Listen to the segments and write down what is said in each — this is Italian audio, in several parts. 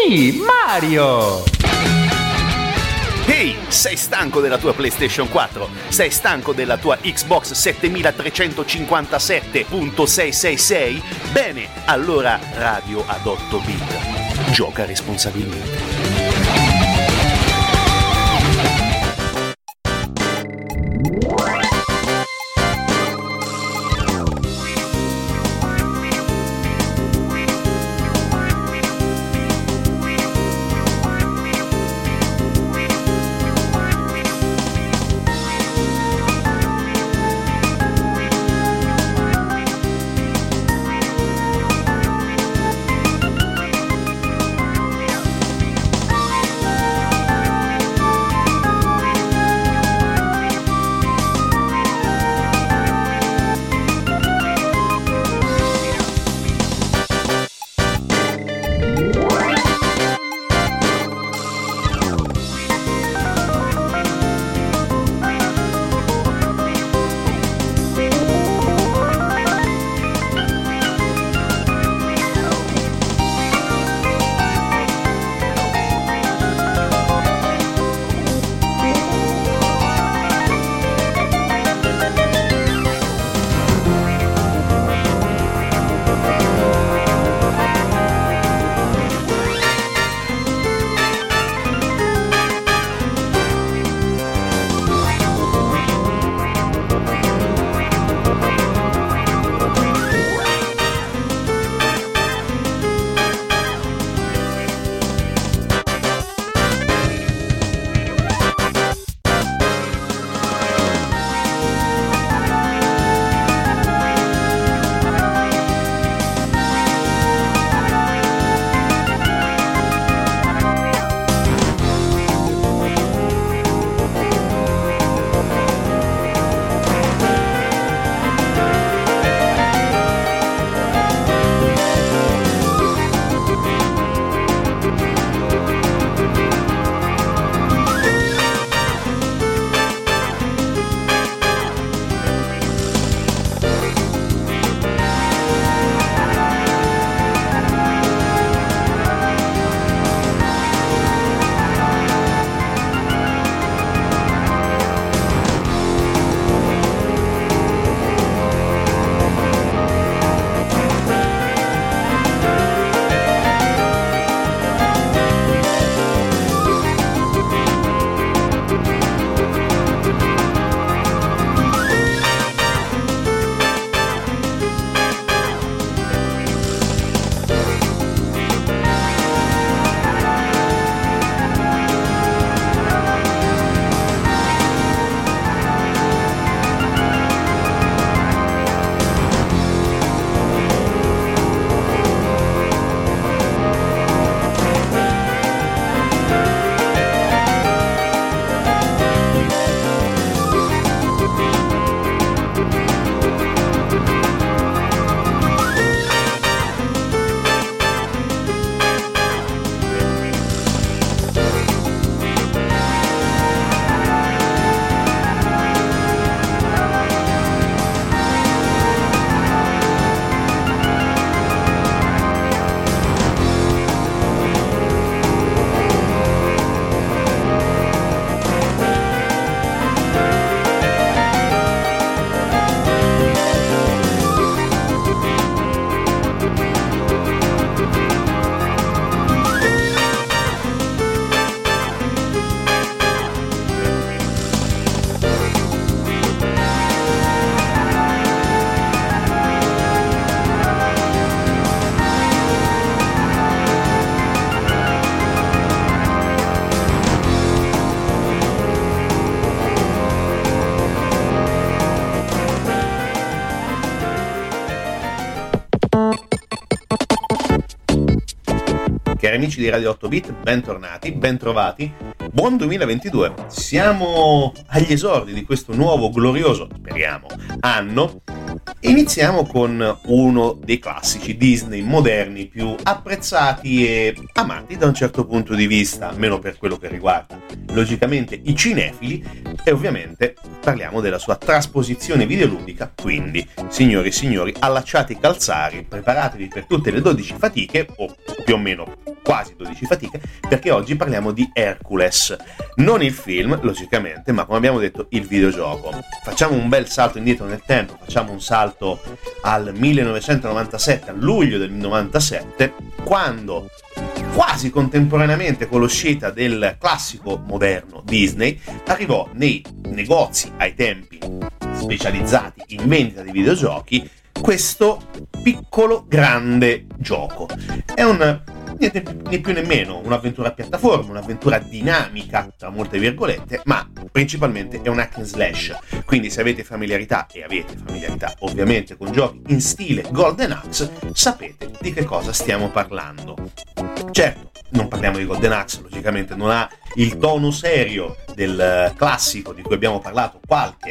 Sì, Mario! Ehi, sei stanco della tua PlayStation 4? Sei stanco della tua Xbox 7357.666? Bene, allora Radio ad 8 bit. Gioca responsabilmente. Cari amici di Radio 8 Bit, bentornati, bentrovati, buon 2022. Siamo agli esordi di questo nuovo, glorioso, speriamo, anno Iniziamo con uno dei classici Disney moderni più apprezzati e amati da un certo punto di vista, almeno per quello che riguarda logicamente i cinefili, e ovviamente parliamo della sua trasposizione videoludica. Quindi, signori e signori, allacciate i calzari, preparatevi per tutte le 12 fatiche, o più o meno quasi 12 fatiche, perché oggi parliamo di Hercules. Non il film, logicamente, ma come abbiamo detto il videogioco. Facciamo un bel salto indietro nel tempo, facciamo un salto al 1997, a luglio del 97, quando quasi contemporaneamente con l'uscita del classico moderno Disney arrivò nei negozi ai tempi specializzati in vendita di videogiochi questo piccolo grande gioco. È niente né più né meno un'avventura a piattaforma, un'avventura dinamica tra molte virgolette, ma principalmente è un hack and slash. Quindi se avete familiarità, e avete familiarità ovviamente con giochi in stile Golden Axe, sapete di che cosa stiamo parlando. Certo, non parliamo di Golden Axe, logicamente non ha il tono serio del classico di cui abbiamo parlato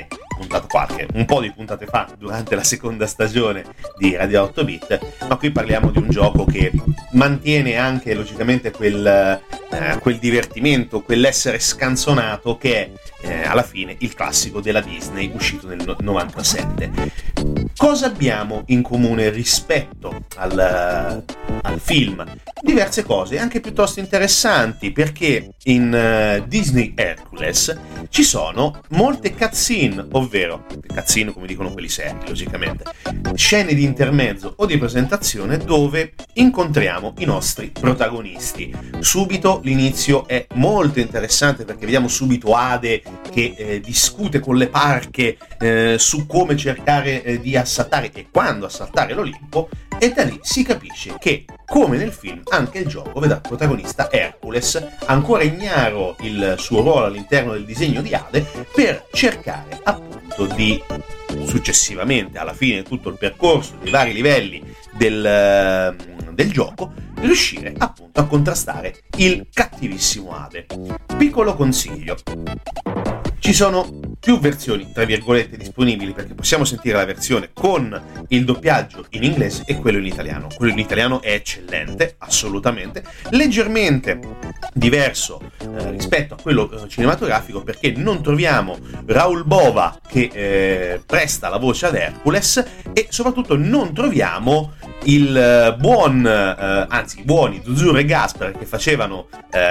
un po' di puntate fa durante la seconda stagione di Radio 8 Bit, ma qui parliamo di un gioco che mantiene anche logicamente quel divertimento, quell'essere scanzonato che è alla fine il classico della Disney uscito nel 97. Cosa abbiamo in comune rispetto al film? Diverse cose, anche piuttosto interessanti, perché in Disney Hercules ci sono molte cutscene, ovvero cutscene come dicono quelli seri, logicamente, scene di intermezzo o di presentazione dove incontriamo i nostri protagonisti. Subito l'inizio è molto interessante perché vediamo subito Ade che discute con le parche su come cercare di assaltare e quando assaltare l'Olimpo, e da lì si capisce che, come nel film, anche il gioco vedrà protagonista Hercules, ancora ignaro il suo ruolo all'interno del disegno di Ade, per cercare appunto di, successivamente alla fine di tutto il percorso dei vari livelli del gioco, riuscire appunto a contrastare il cattivissimo Ade. Piccolo consiglio: ci sono più versioni, tra virgolette, disponibili, perché possiamo sentire la versione con il doppiaggio in inglese e quello in italiano. Quello in italiano è eccellente, assolutamente, leggermente diverso rispetto a quello cinematografico, perché non troviamo Raoul Bova che presta la voce ad Hercules, e soprattutto non troviamo il i buoni Zuzzurro e Gasper che facevano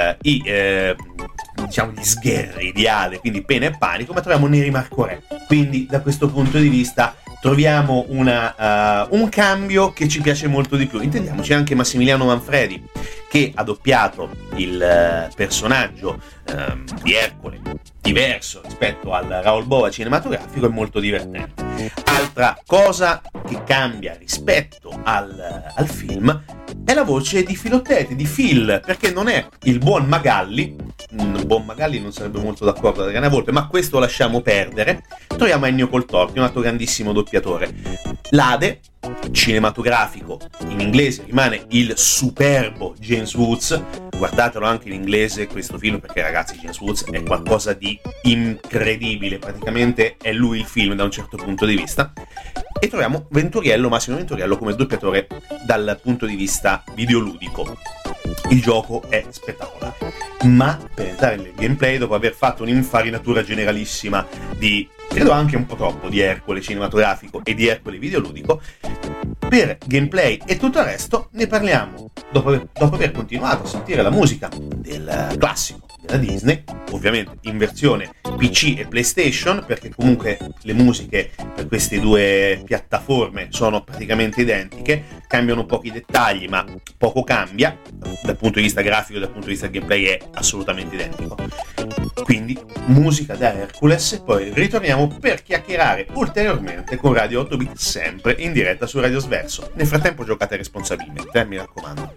gli sgherri di Ade, quindi Pena e Panico, ma troviamo Neri Marco Re. Quindi da questo punto di vista troviamo un cambio che ci piace molto di più. Intendiamoci anche Massimiliano Manfredi, che ha doppiato il personaggio di Ercole, diverso rispetto al Raoul Bova cinematografico, è molto divertente. Altra cosa che cambia rispetto al film è la voce di Filottete, di Phil, perché non è il buon Magalli. Buon Magalli non sarebbe molto d'accordo da Adriana Volpe, ma questo lasciamo perdere. Troviamo Ennio Coltorti, un altro grandissimo doppiatore. L'Ade cinematografico in inglese rimane il superbo James Woods. Guardatelo anche in inglese questo film, perché ragazzi, James Woods è qualcosa di incredibile, praticamente è lui il film da un certo punto di vista. E troviamo Massimo Venturiello come doppiatore dal punto di vista videoludico. Il gioco è spettacolare, ma per entrare nel gameplay, dopo aver fatto un'infarinatura generalissima di, credo anche un po' troppo, di Ercole cinematografico e di Ercole videoludico, per gameplay e tutto il resto ne parliamo dopo aver continuato a sentire la musica del classico della Disney, ovviamente in versione PC e PlayStation, perché comunque le musiche per queste due piattaforme sono praticamente identiche, cambiano pochi dettagli ma poco cambia, dal punto di vista grafico e dal punto di vista gameplay è assolutamente identico. Quindi musica da Hercules, e poi ritorniamo per chiacchierare ulteriormente con Radio 8 Bit, sempre in diretta su Radio Sverso. Nel frattempo giocate responsabilmente, mi raccomando.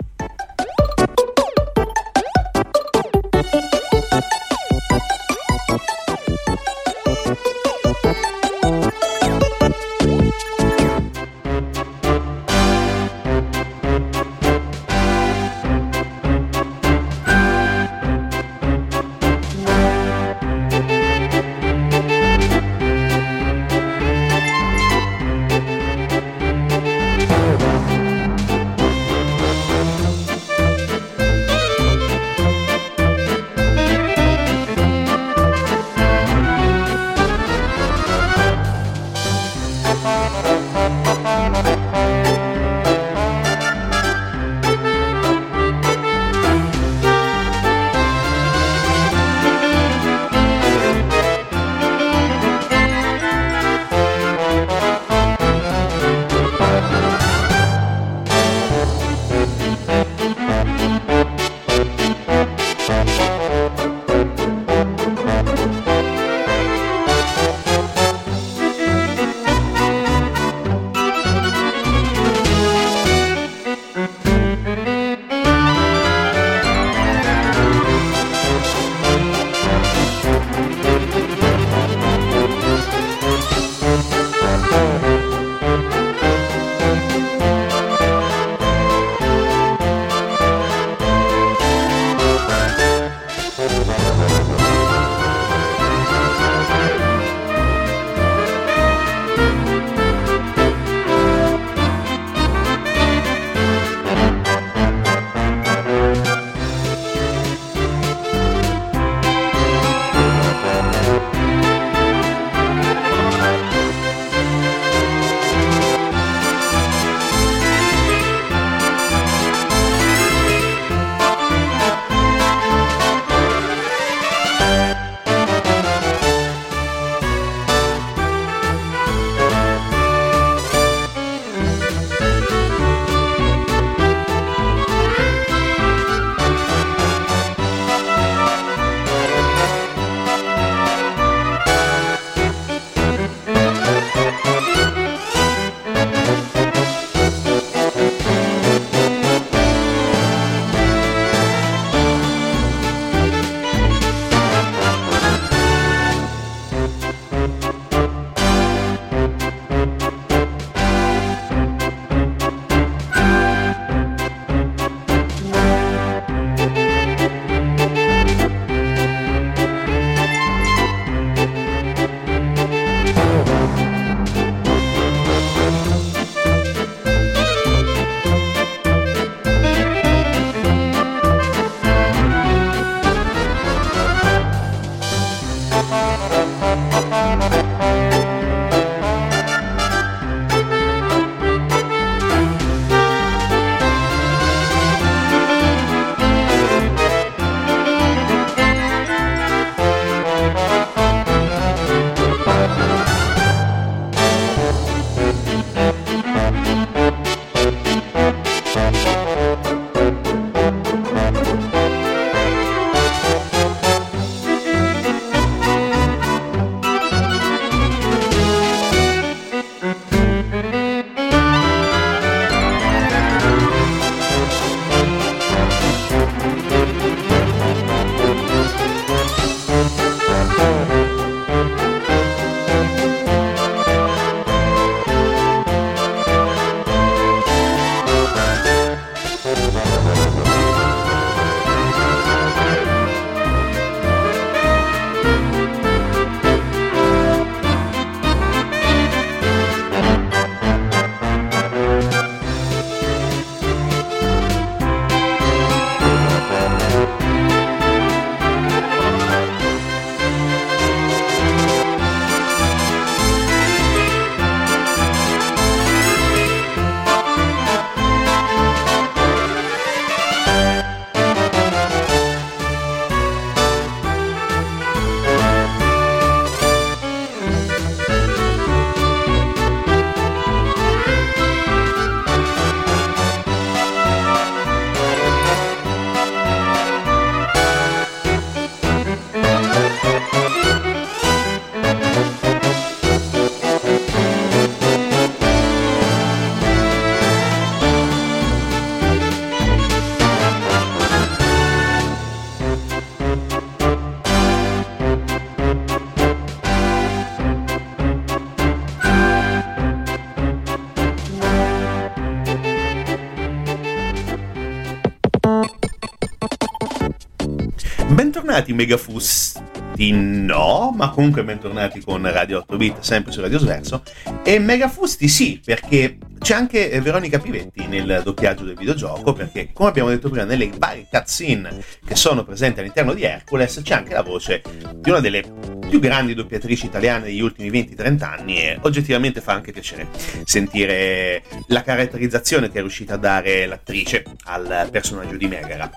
Bentornati Megafusti, no, ma comunque bentornati con Radio 8 Bit, sempre su Radio Sverso. E Megafusti sì, perché c'è anche Veronica Pivetti nel doppiaggio del videogioco, perché come abbiamo detto prima, nelle varie cutscene che sono presenti all'interno di Hercules c'è anche la voce di una delle più grandi doppiatrici italiane degli ultimi 20-30 anni, e oggettivamente fa anche piacere sentire la caratterizzazione che è riuscita a dare l'attrice al personaggio di Megara.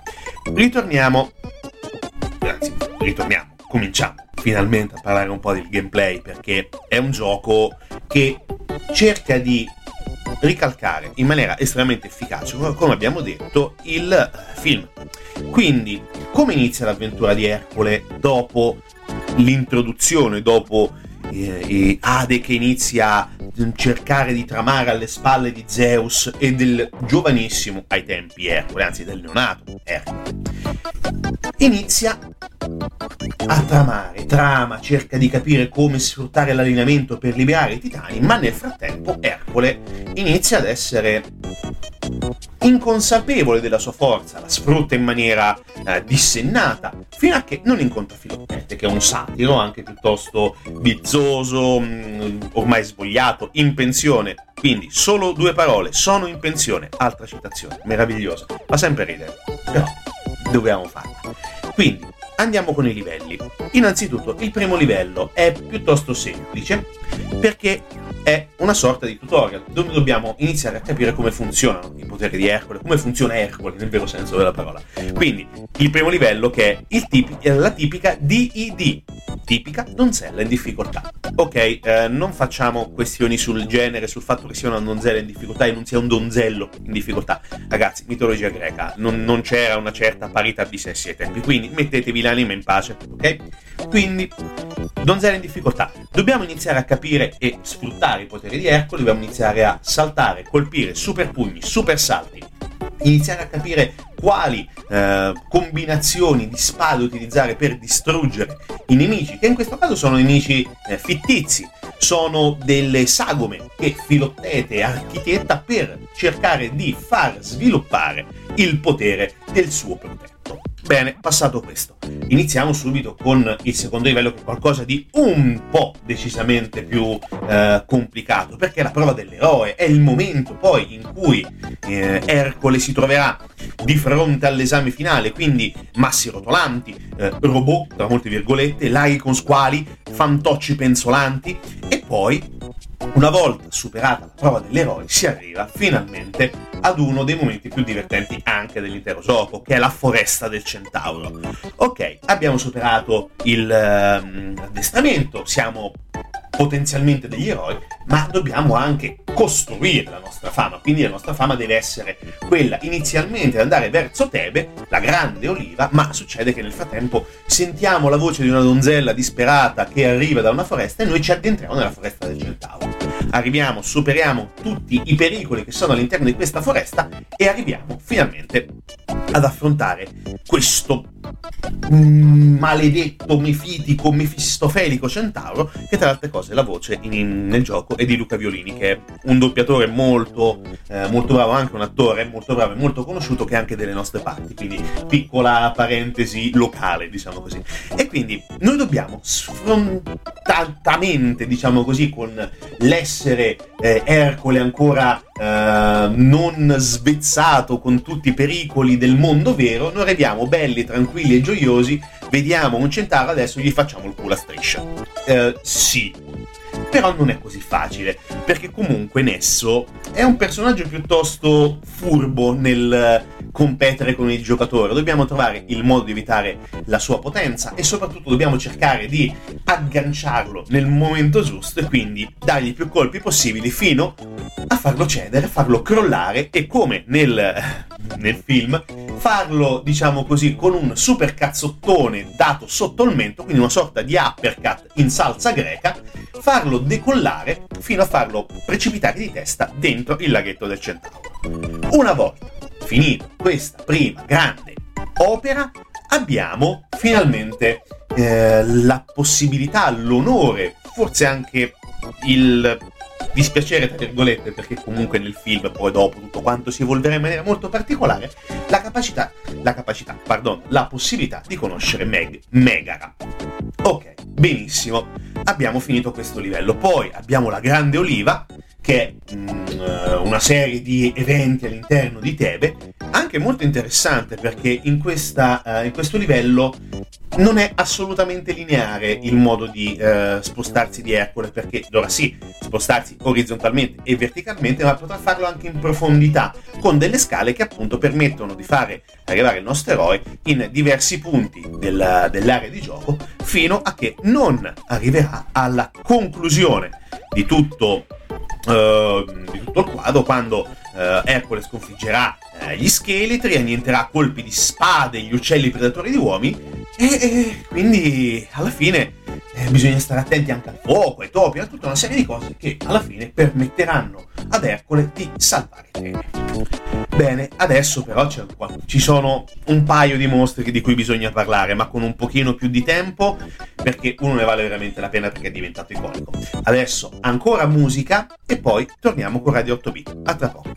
Cominciamo finalmente a parlare un po' del gameplay, perché è un gioco che cerca di ricalcare in maniera estremamente efficace, come abbiamo detto, il film. Quindi, come inizia l'avventura di Ercole dopo l'introduzione, dopo Ade che inizia a cercare di tramare alle spalle di Zeus e del giovanissimo ai tempi Ercole, anzi del neonato Ercole. Inizia a trama, cerca di capire come sfruttare l'allineamento per liberare i titani, ma nel frattempo Ercole inizia ad essere inconsapevole della sua forza, la sfrutta in maniera dissennata, fino a che non incontra Filottete, che è un satiro anche piuttosto bizzoso, ormai svogliato, in pensione. Quindi solo 2 parole: sono in pensione. Altra citazione meravigliosa, fa sempre ridere, però dobbiamo farla. Quindi andiamo con i livelli. Innanzitutto il primo livello è piuttosto semplice, perché è una sorta di tutorial dove dobbiamo iniziare a capire come funzionano i poteri di Ercole, come funziona Ercole nel vero senso della parola. Quindi il primo livello, che è la tipica DID, tipica donzella in difficoltà. Ok, non facciamo questioni sul genere, sul fatto che sia una donzella in difficoltà e non sia un donzello in difficoltà. Ragazzi, mitologia greca, non c'era una certa parità di sessi ai tempi, quindi mettetevi l'anima in pace, ok? Quindi donzella in difficoltà. Dobbiamo iniziare a capire e sfruttare i poteri di Ercole, dobbiamo iniziare a saltare, colpire, super pugni, super salti, iniziare a capire quali combinazioni di spade utilizzare per distruggere i nemici, che in questo caso sono nemici fittizi, sono delle sagome che Filottete architetta per cercare di far sviluppare il potere del suo protetto. Bene, passato questo, iniziamo subito con il secondo livello, che è qualcosa di un po' decisamente più complicato, perché è la prova dell'eroe, è il momento poi in cui Ercole si troverà di fronte all'esame finale, quindi massi rotolanti, robot, tra molte virgolette, laghi con squali, fantocci penzolanti, e poi, una volta superata la prova dell'eroe, si arriva finalmente ad uno dei momenti più divertenti anche dell'intero gioco, che è la foresta del centauro. Ok, abbiamo superato l'addestramento, siamo potenzialmente degli eroi, ma dobbiamo anche costruire la nostra fama, quindi la nostra fama deve essere quella inizialmente di andare verso Tebe, la grande oliva, ma succede che nel frattempo sentiamo la voce di una donzella disperata che arriva da una foresta e noi ci addentriamo nella foresta del centauro. Arriviamo, superiamo tutti i pericoli che sono all'interno di questa foresta e arriviamo finalmente ad affrontare questo maledetto, mifitico, mefistofelico centauro, che tra le altre cose la voce nel gioco è di Luca Violini, che è un doppiatore molto bravo, anche un attore molto bravo e molto conosciuto, che è anche delle nostre parti, quindi piccola parentesi locale, diciamo così. E quindi noi dobbiamo sfrontatamente, diciamo così, con l'essere Ercole ancora non svezzato con tutti i pericoli del mondo vero, noi arriviamo belli, tranquilli e gioiosi, vediamo un centauro, adesso gli facciamo il culo a striscia. Sì, però non è così facile, perché comunque Nesso è un personaggio piuttosto furbo nel competere con il giocatore. Dobbiamo trovare il modo di evitare la sua potenza e soprattutto dobbiamo cercare di agganciarlo nel momento giusto e quindi dargli più colpi possibili fino a farlo cedere, farlo crollare e, come nel film, farlo, diciamo così, con un super cazzottone dato sotto il mento, quindi una sorta di uppercut in salsa greca, farlo decollare fino a farlo precipitare di testa dentro il laghetto del centauro. Una volta finita questa prima grande opera, abbiamo finalmente la possibilità, l'onore, forse anche dispiacere tra virgolette, perché comunque nel film poi dopo tutto quanto si evolverà in maniera molto particolare, la possibilità di conoscere Megara. Ok, benissimo, abbiamo finito questo livello. Poi abbiamo la Grande Oliva, che è una serie di eventi all'interno di Tebe, anche molto interessante perché in questo livello non è assolutamente lineare il modo di spostarsi di Ercole, perché dovrà sì spostarsi orizzontalmente e verticalmente, ma potrà farlo anche in profondità, con delle scale che appunto permettono di fare arrivare il nostro eroe in diversi punti dell'area di gioco, fino a che non arriverà alla conclusione di tutto il quadro, quando Ercole sconfiggerà gli scheletri, annienterà a colpi di spade gli uccelli predatori di uomini, e quindi alla fine bisogna stare attenti anche al fuoco, ai topi, a tutta una serie di cose che alla fine permetteranno ad Ercole di salvare Tebe. Bene, adesso però ci sono un paio di mostri di cui bisogna parlare, ma con un pochino più di tempo, perché uno ne vale veramente la pena perché è diventato iconico. Adesso ancora musica e poi torniamo con Radio 8 Bit. A tra poco.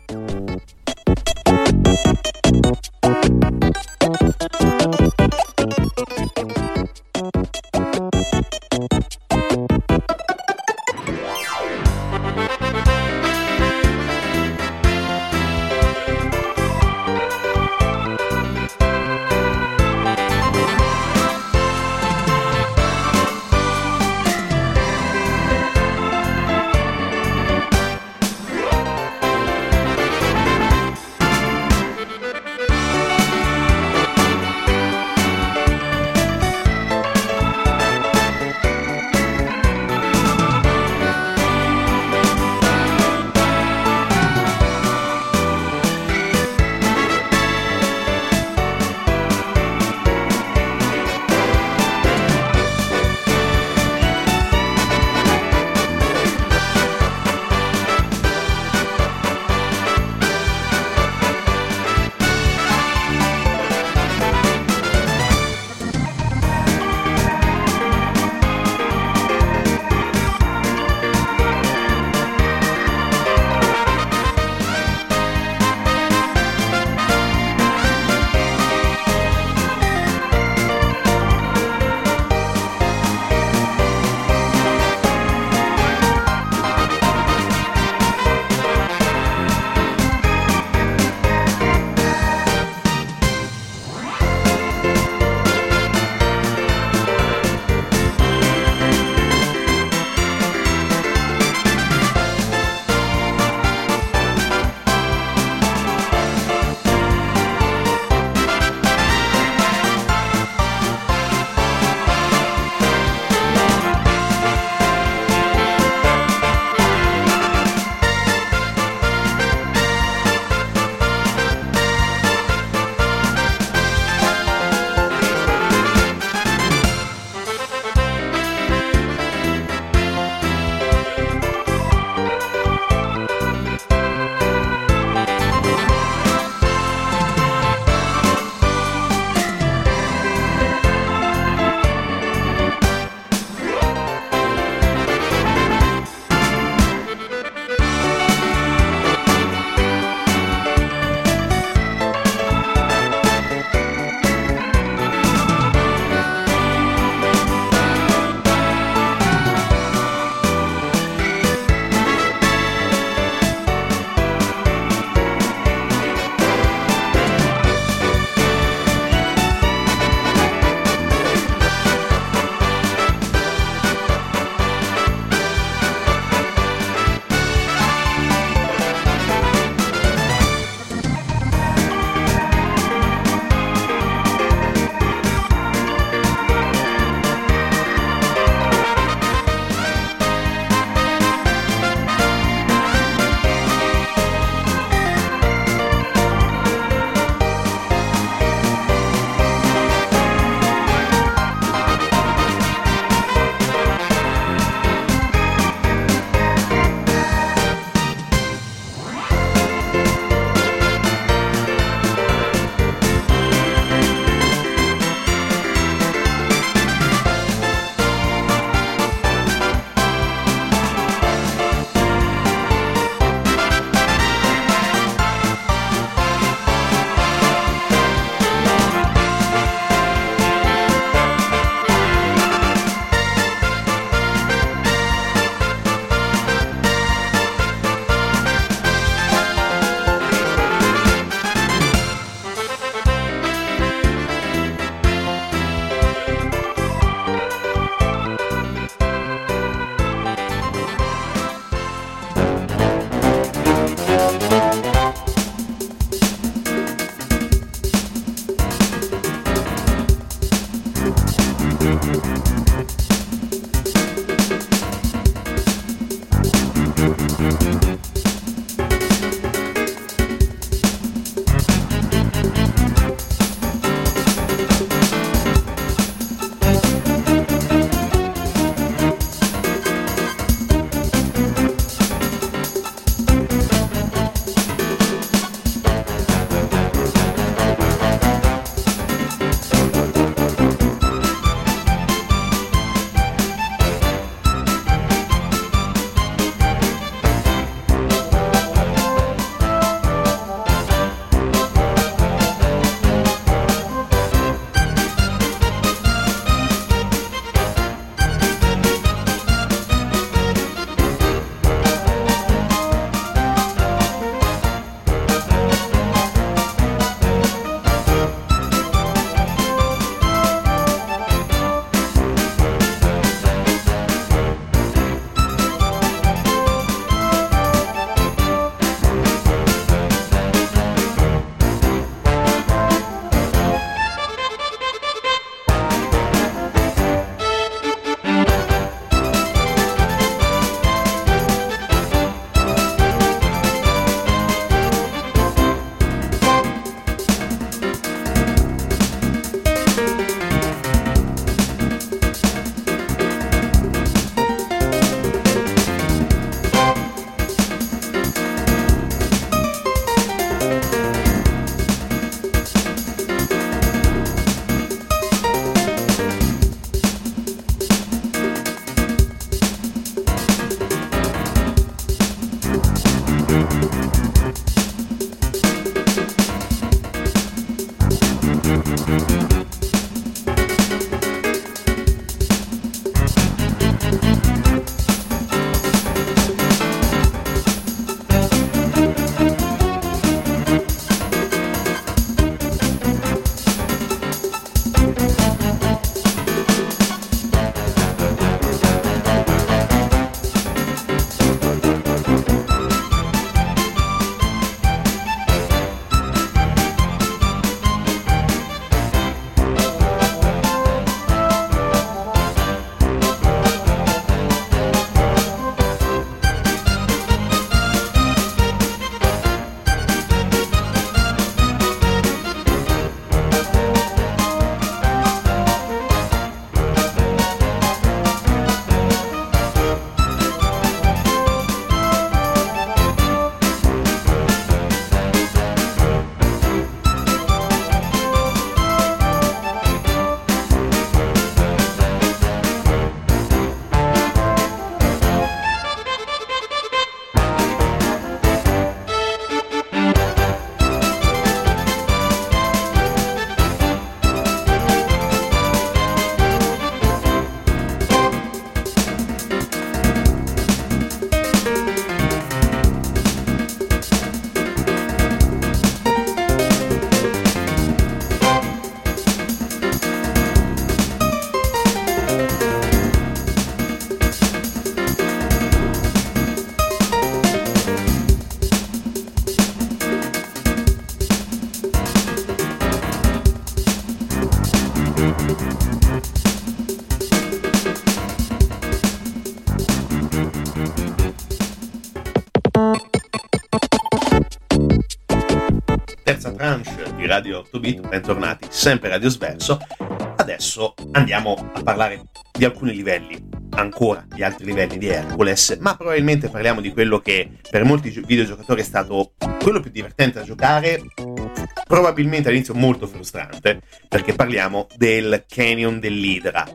Terza tranche di Radio 8-Bit, bentornati, sempre Radio Sverso. Adesso andiamo a parlare di alcuni livelli, ancora di altri livelli di Hercules, ma probabilmente parliamo di quello che per molti videogiocatori è stato quello più divertente da giocare, probabilmente all'inizio molto frustrante, perché parliamo del Canyon dell'Idra.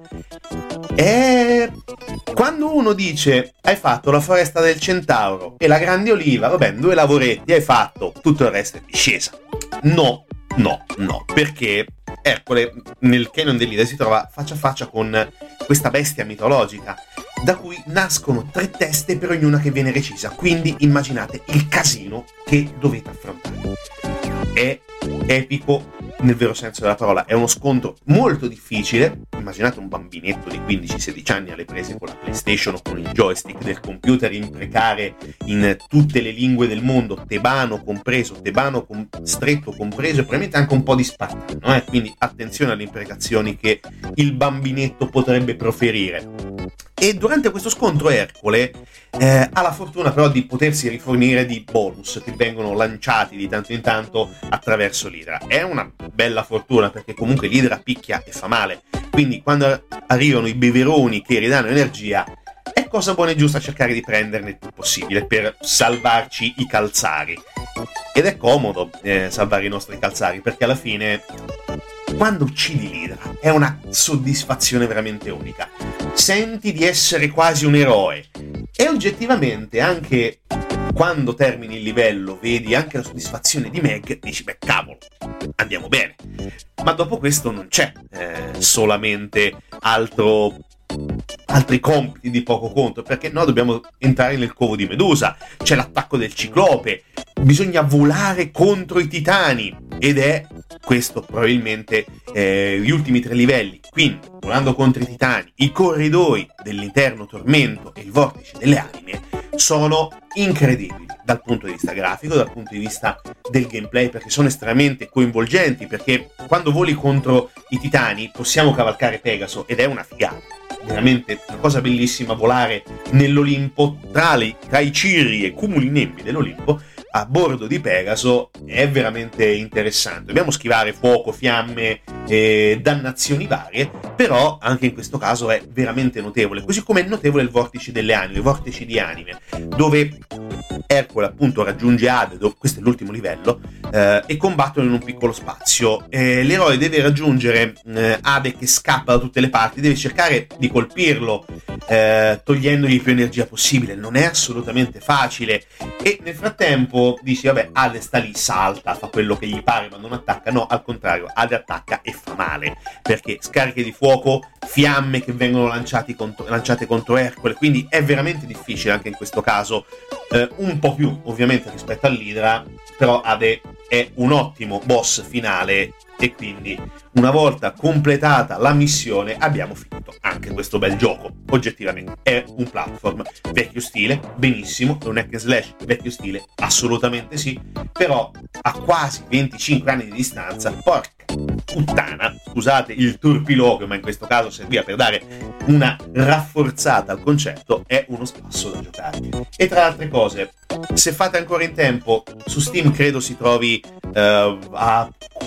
E quando uno dice hai fatto la foresta del Centauro e la Grande Oliva, vabbè, 2 lavoretti, hai fatto, tutto il resto è discesa. No, perché Ercole nel Canyon dell'Idra si trova faccia a faccia con questa bestia mitologica, da cui nascono 3 teste per ognuna che viene recisa, quindi immaginate il casino che dovete affrontare. È epico nel vero senso della parola, è uno scontro molto difficile. Immaginate un bambinetto di 15-16 anni alle prese con la PlayStation o con il joystick del computer, imprecare in tutte le lingue del mondo, tebano compreso, stretto compreso, e probabilmente anche un po' di spartano, quindi attenzione alle imprecazioni che il bambinetto potrebbe proferire. E durante questo scontro Ercole ha la fortuna però di potersi rifornire di bonus che vengono lanciati di tanto in tanto attraverso l'Idra. È una bella fortuna, perché comunque l'Idra picchia e fa male, quindi quando arrivano i beveroni che ridanno energia è cosa buona e giusta cercare di prenderne il più possibile per salvarci i calzari. Ed è comodo salvare i nostri calzari, perché alla fine quando uccidi l'Idra è una soddisfazione veramente unica. Senti di essere quasi un eroe, e oggettivamente anche quando termini il livello vedi anche la soddisfazione di Meg, dici beh cavolo, andiamo bene. Ma dopo questo non c'è solamente altri compiti di poco conto, perché no, dobbiamo entrare nel covo di Medusa, c'è l'attacco del Ciclope, bisogna volare contro i titani, ed è questo probabilmente gli ultimi 3 livelli. Quindi volando contro i titani, i corridoi dell'Interno Tormento e il Vortice delle Anime sono incredibili dal punto di vista grafico, dal punto di vista del gameplay, perché sono estremamente coinvolgenti, perché quando voli contro i titani possiamo cavalcare Pegaso ed è una figata. Veramente una cosa bellissima volare nell'Olimpo tra i cirri e cumuli nembi dell'Olimpo a bordo di Pegaso. È veramente interessante. Dobbiamo schivare fuoco, fiamme e dannazioni varie, però anche in questo caso è veramente notevole, così come è notevole il Vortice delle Anime, i Vortici di Anime, dove Ercole appunto raggiunge Ade, questo è l'ultimo livello, e combattono in un piccolo spazio. L'eroe deve raggiungere Ade che scappa da tutte le parti, deve cercare di colpirlo togliendogli più energia possibile. Non è assolutamente facile, e nel frattempo dici vabbè, Ade sta lì, salta, fa quello che gli pare ma non attacca. No, al contrario, Ade attacca e fa male, perché scariche di fuoco, fiamme che vengono lanciate contro Ercole, quindi è veramente difficile anche in questo caso, un po' più ovviamente rispetto all'Idra, però Ade è un ottimo boss finale, e quindi una volta completata la missione abbiamo finito anche questo bel gioco. Oggettivamente è un platform vecchio stile, benissimo, è un hack and slash vecchio stile, assolutamente sì, però a quasi 25 anni di distanza, porca puttana, scusate il turpiloquio, ma in questo caso serviva per dare una rafforzata al concetto, è uno spasso da giocare. E tra le altre cose, se fate ancora in tempo, su Steam credo si trovi a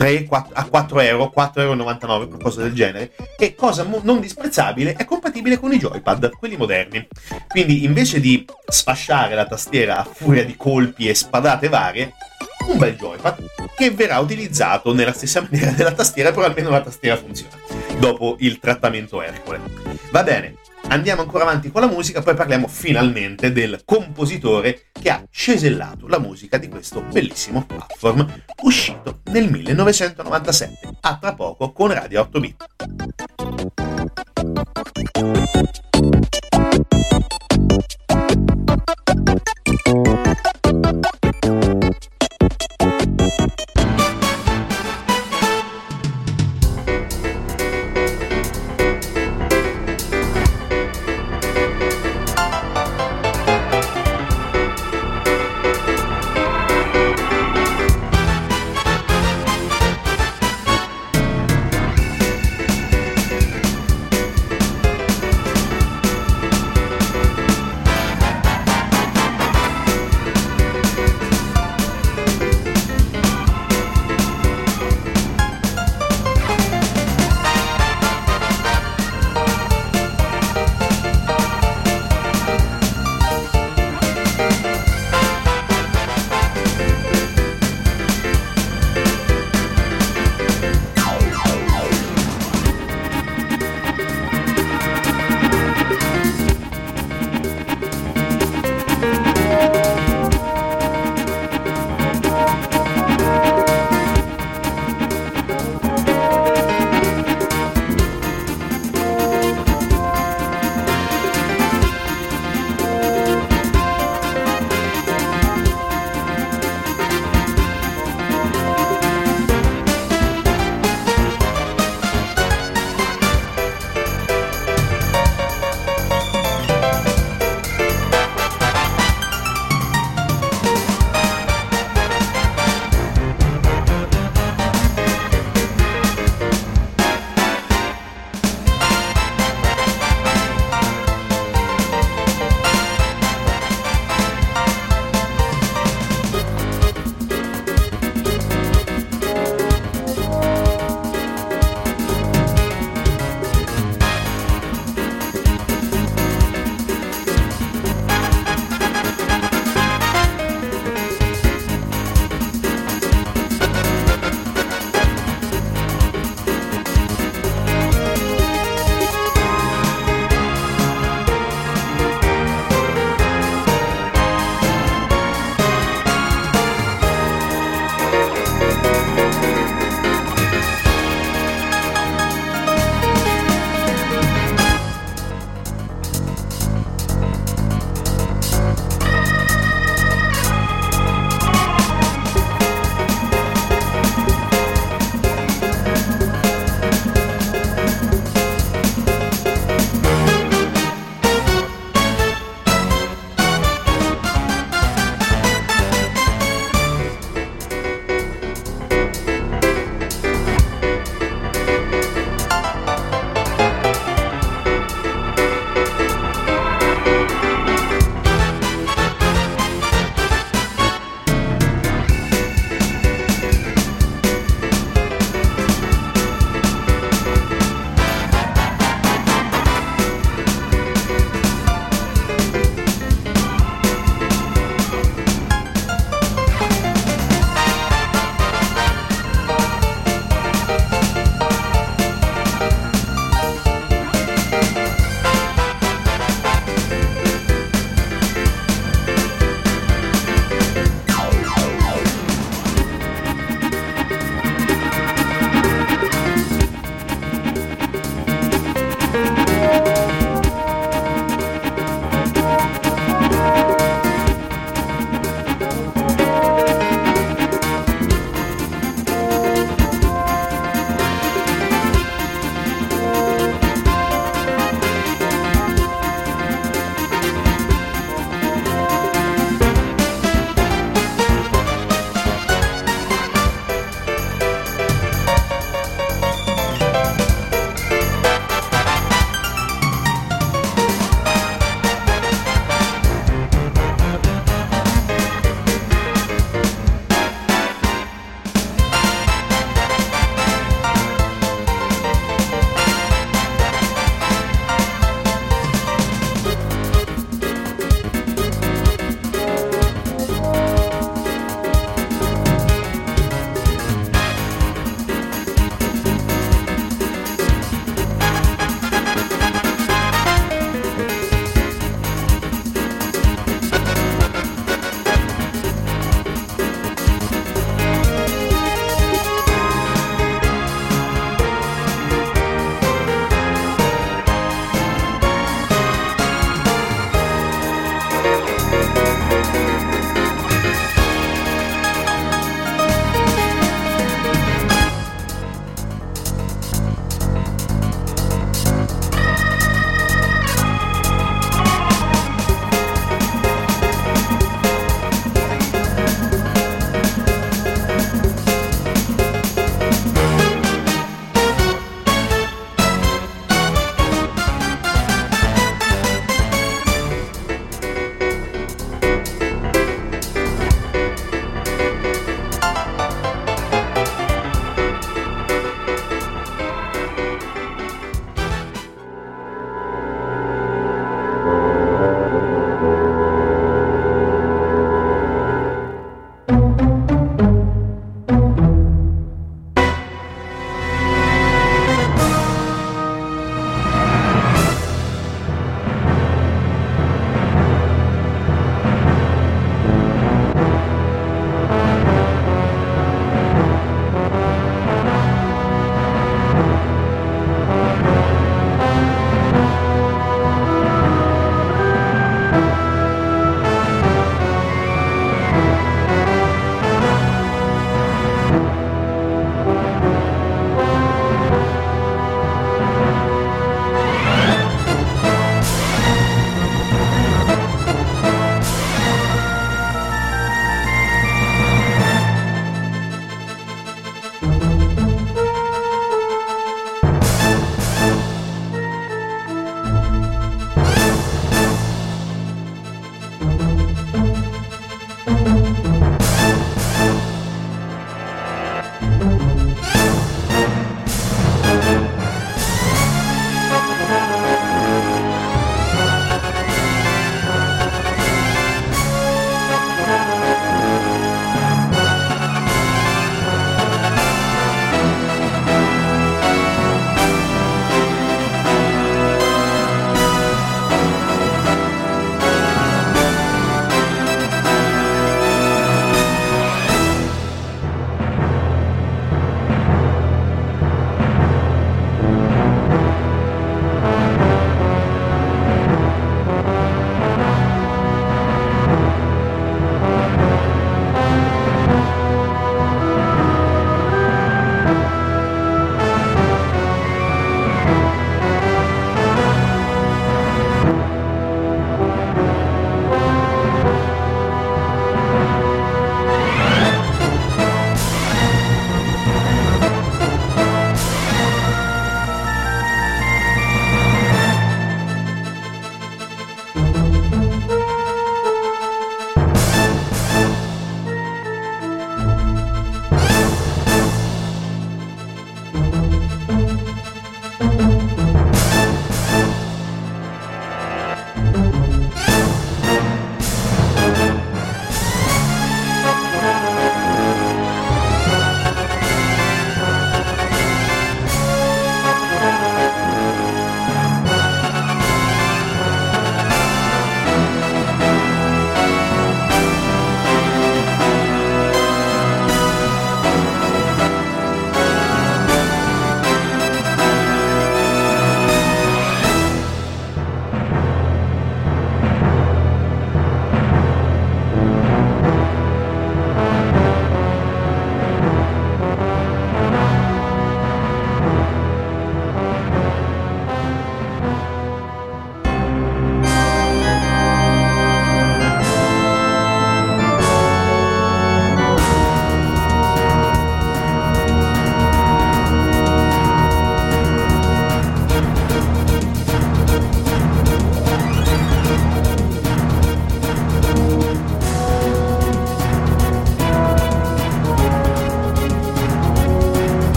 4 euro, 4,99 qualcosa del genere, e cosa non disprezzabile, è compatibile con i joypad, quelli moderni, quindi invece di sfasciare la tastiera a furia di colpi e spadate varie, un bel joypad che verrà utilizzato nella stessa maniera della tastiera, però almeno la tastiera funziona dopo il trattamento Ercole. Va bene, andiamo ancora avanti con la musica, poi parliamo finalmente del compositore che ha scesellato la musica di questo bellissimo platform uscito nel 1997. A tra poco con Radio 8-Bit.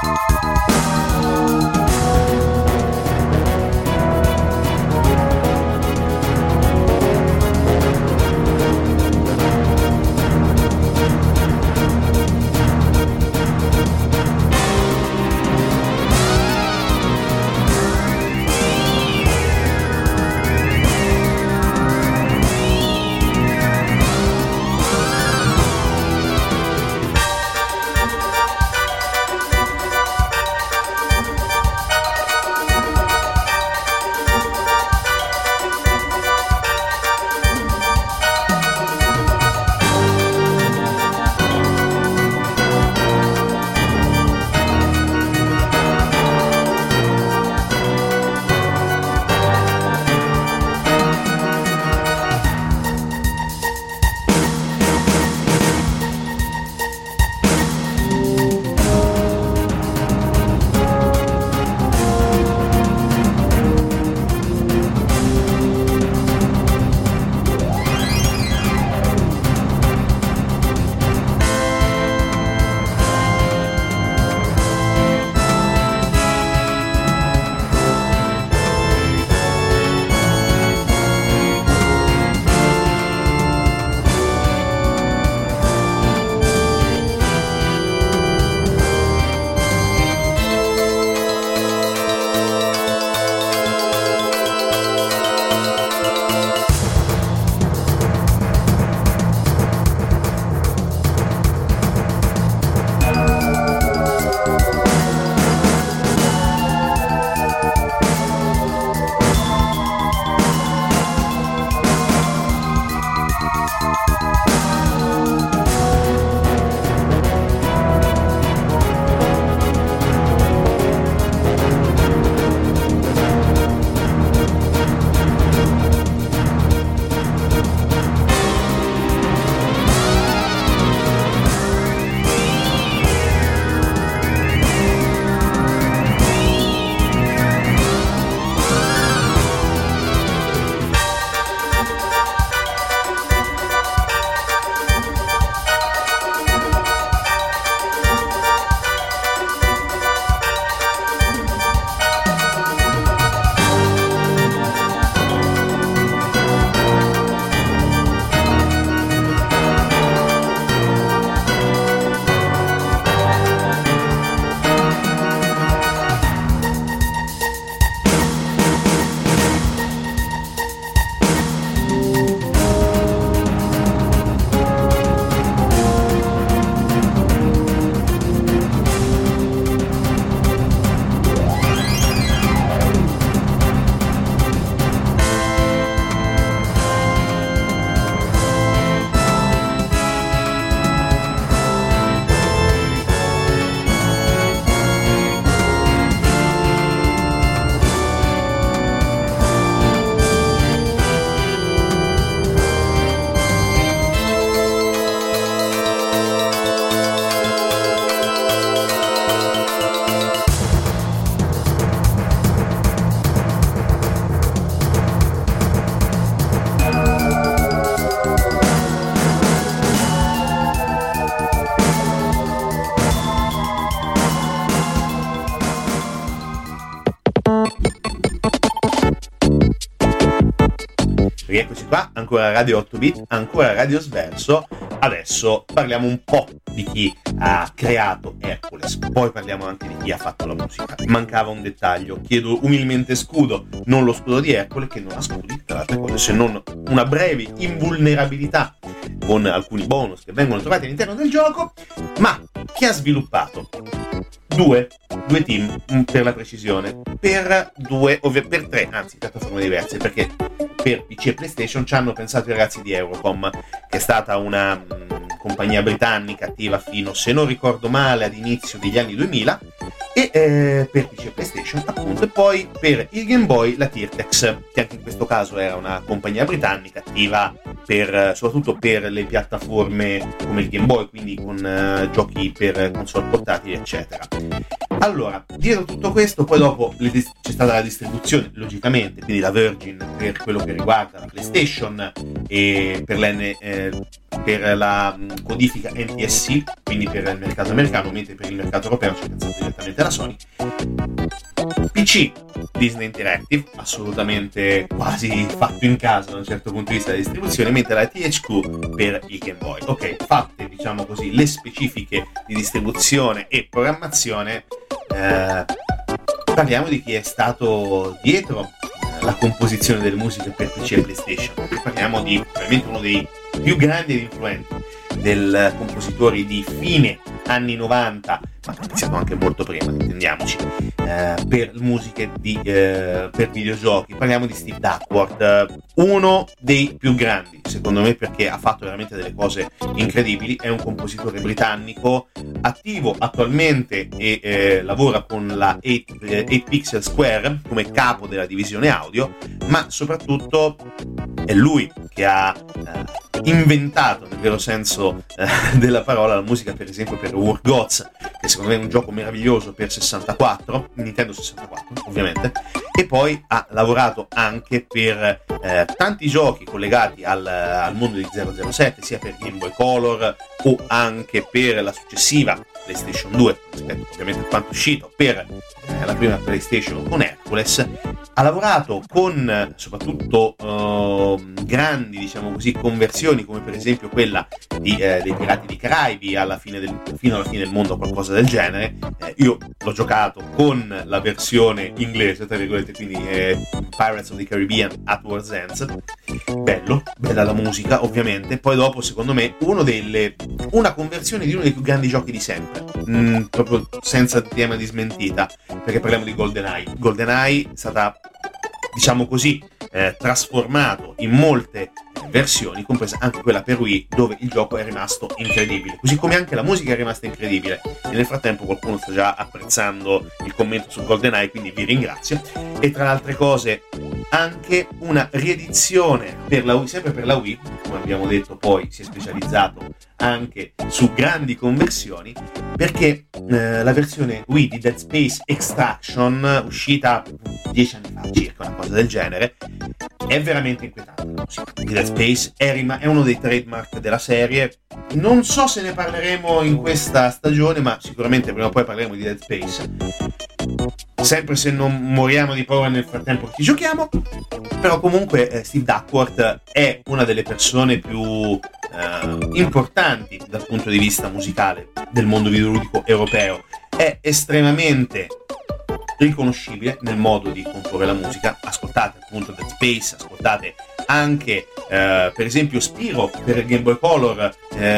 Rieccoci qua, ancora Radio 8 Bit, ancora Radio Sverso. Adesso parliamo un po' di chi ha creato Hercules, poi parliamo anche di chi ha fatto la musica. Mancava un dettaglio, chiedo umilmente scudo, non lo scudo di Hercule, che non ha scudi, tra le altre cose, se non una breve invulnerabilità con alcuni bonus che vengono trovati all'interno del gioco. Ma chi ha sviluppato? Due team, per la precisione, per tre, anzi, piattaforme diverse, perché per PC e PlayStation ci hanno pensato i ragazzi di Eurocom, che è stata una compagnia britannica attiva fino, se non ricordo male, ad inizio degli anni 2000, e per PC e PlayStation, appunto, e poi per il Game Boy la Tirtex, che anche in questo caso era una compagnia britannica attiva soprattutto per le piattaforme come il Game Boy, quindi con giochi per console portatili, eccetera. Allora, dietro tutto questo, poi dopo c'è stata la distribuzione, logicamente, quindi la Virgin per quello che riguarda la PlayStation e per la codifica NTSC, quindi per il mercato americano, mentre per il mercato europeo c'è pensato direttamente la Sony. PC, Disney Interactive, assolutamente quasi fatto in casa da un certo punto di vista della distribuzione, mentre la THQ per il Game Boy. Ok, fatte, diciamo così, le specifiche di distribuzione e programmazione, parliamo di chi è stato dietro la composizione delle musiche per PC e PlayStation. Parliamo di veramente uno dei più grandi ed influenti del compositori di fine anni 90, ma iniziato anche molto prima, intendiamoci, per musiche per videogiochi. Parliamo di Steve Duckworth, uno dei più grandi secondo me, perché ha fatto veramente delle cose incredibili. È un compositore britannico attivo attualmente e lavora con la 8 Pixel Square come capo della divisione audio, ma soprattutto è lui che ha inventato nel vero senso della parola la musica, per esempio per War Gods, che secondo me è un gioco meraviglioso per 64, Nintendo 64 ovviamente, e poi ha lavorato anche per tanti giochi collegati al mondo di 007, sia per Game Boy Color o anche per la successiva PlayStation 2, rispetto ovviamente a quanto è uscito per la prima PlayStation con Hercules. Ha lavorato con soprattutto grandi, diciamo così, conversioni, come per esempio quella dei Pirati di Caraibi fino alla fine del mondo, qualcosa del genere. Io l'ho giocato con la versione inglese, tra virgolette, quindi Pirates of the Caribbean at War's End. Bella la musica, ovviamente. Poi dopo, secondo me, una conversione di uno dei più grandi giochi di sempre, proprio senza tema di smentita, perché parliamo di GoldenEye. GoldenEye è stata, diciamo così, trasformato in molte versioni, compresa anche quella per Wii, dove il gioco è rimasto incredibile, così come anche la musica è rimasta incredibile. E nel frattempo qualcuno sta già apprezzando il commento su GoldenEye, quindi vi ringrazio. E tra le altre cose anche una riedizione per la Wii, sempre per la Wii, come abbiamo detto. Poi si è specializzato anche su grandi conversioni, perché la versione Wii di Dead Space Extraction, uscita 10 anni fa circa, una cosa del genere, è veramente inquietante. Dead Space è uno dei trademark della serie. Non so se ne parleremo in questa stagione, ma sicuramente prima o poi parleremo di Dead Space, sempre se non moriamo di paura nel frattempo che ci giochiamo. Però comunque Steve Duckworth è una delle persone più importanti dal punto di vista musicale del mondo videoludico europeo. È estremamente riconoscibile nel modo di comporre la musica. Ascoltate appunto Dead Space, ascoltate anche per esempio Spyro per il Game Boy Color,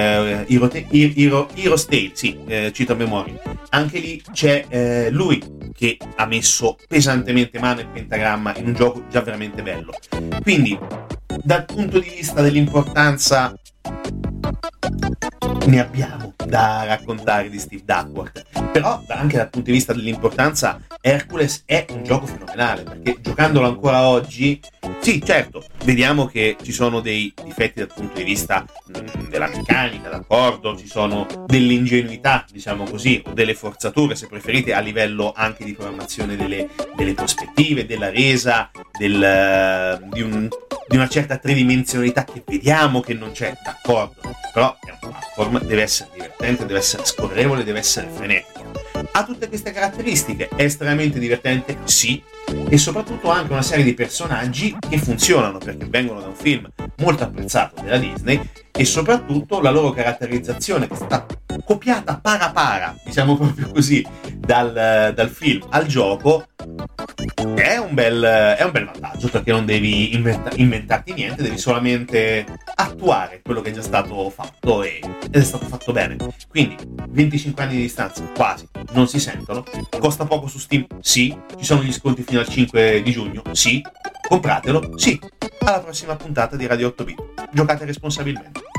Hero's Tale, sì, cito a memoria. Anche lì c'è lui che ha messo pesantemente mano il pentagramma in un gioco già veramente bello. Quindi dal punto di vista dell'importanza ne abbiamo da raccontare di Steve Duckworth, però anche dal punto di vista dell'importanza Hercules è un gioco fenomenale, perché giocandolo ancora oggi, sì, certo, vediamo che ci sono dei difetti dal punto di vista della meccanica, d'accordo, ci sono delle ingenuità, diciamo così, o delle forzature, se preferite, a livello anche di programmazione delle prospettive, della resa, di una certa tridimensionalità che vediamo che non c'è, d'accordo, però è un platform, deve essere divertente, deve essere scorrevole, deve essere frenetico. Ha tutte queste caratteristiche, è estremamente divertente, sì, e soprattutto ha anche una serie di personaggi che funzionano, perché vengono da un film molto apprezzato della Disney, e soprattutto la loro caratterizzazione, che è stata copiata para, diciamo proprio così, dal film al gioco, è un bel vantaggio, perché non devi inventarti niente, devi solamente attuare quello che è già stato fatto ed è stato fatto bene. Quindi 25 anni di distanza quasi non si sentono, costa poco su Steam, sì, ci sono gli sconti fino al 5 di giugno, sì, compratelo, sì. Alla prossima puntata di Radio 8 Bit, giocate responsabilmente.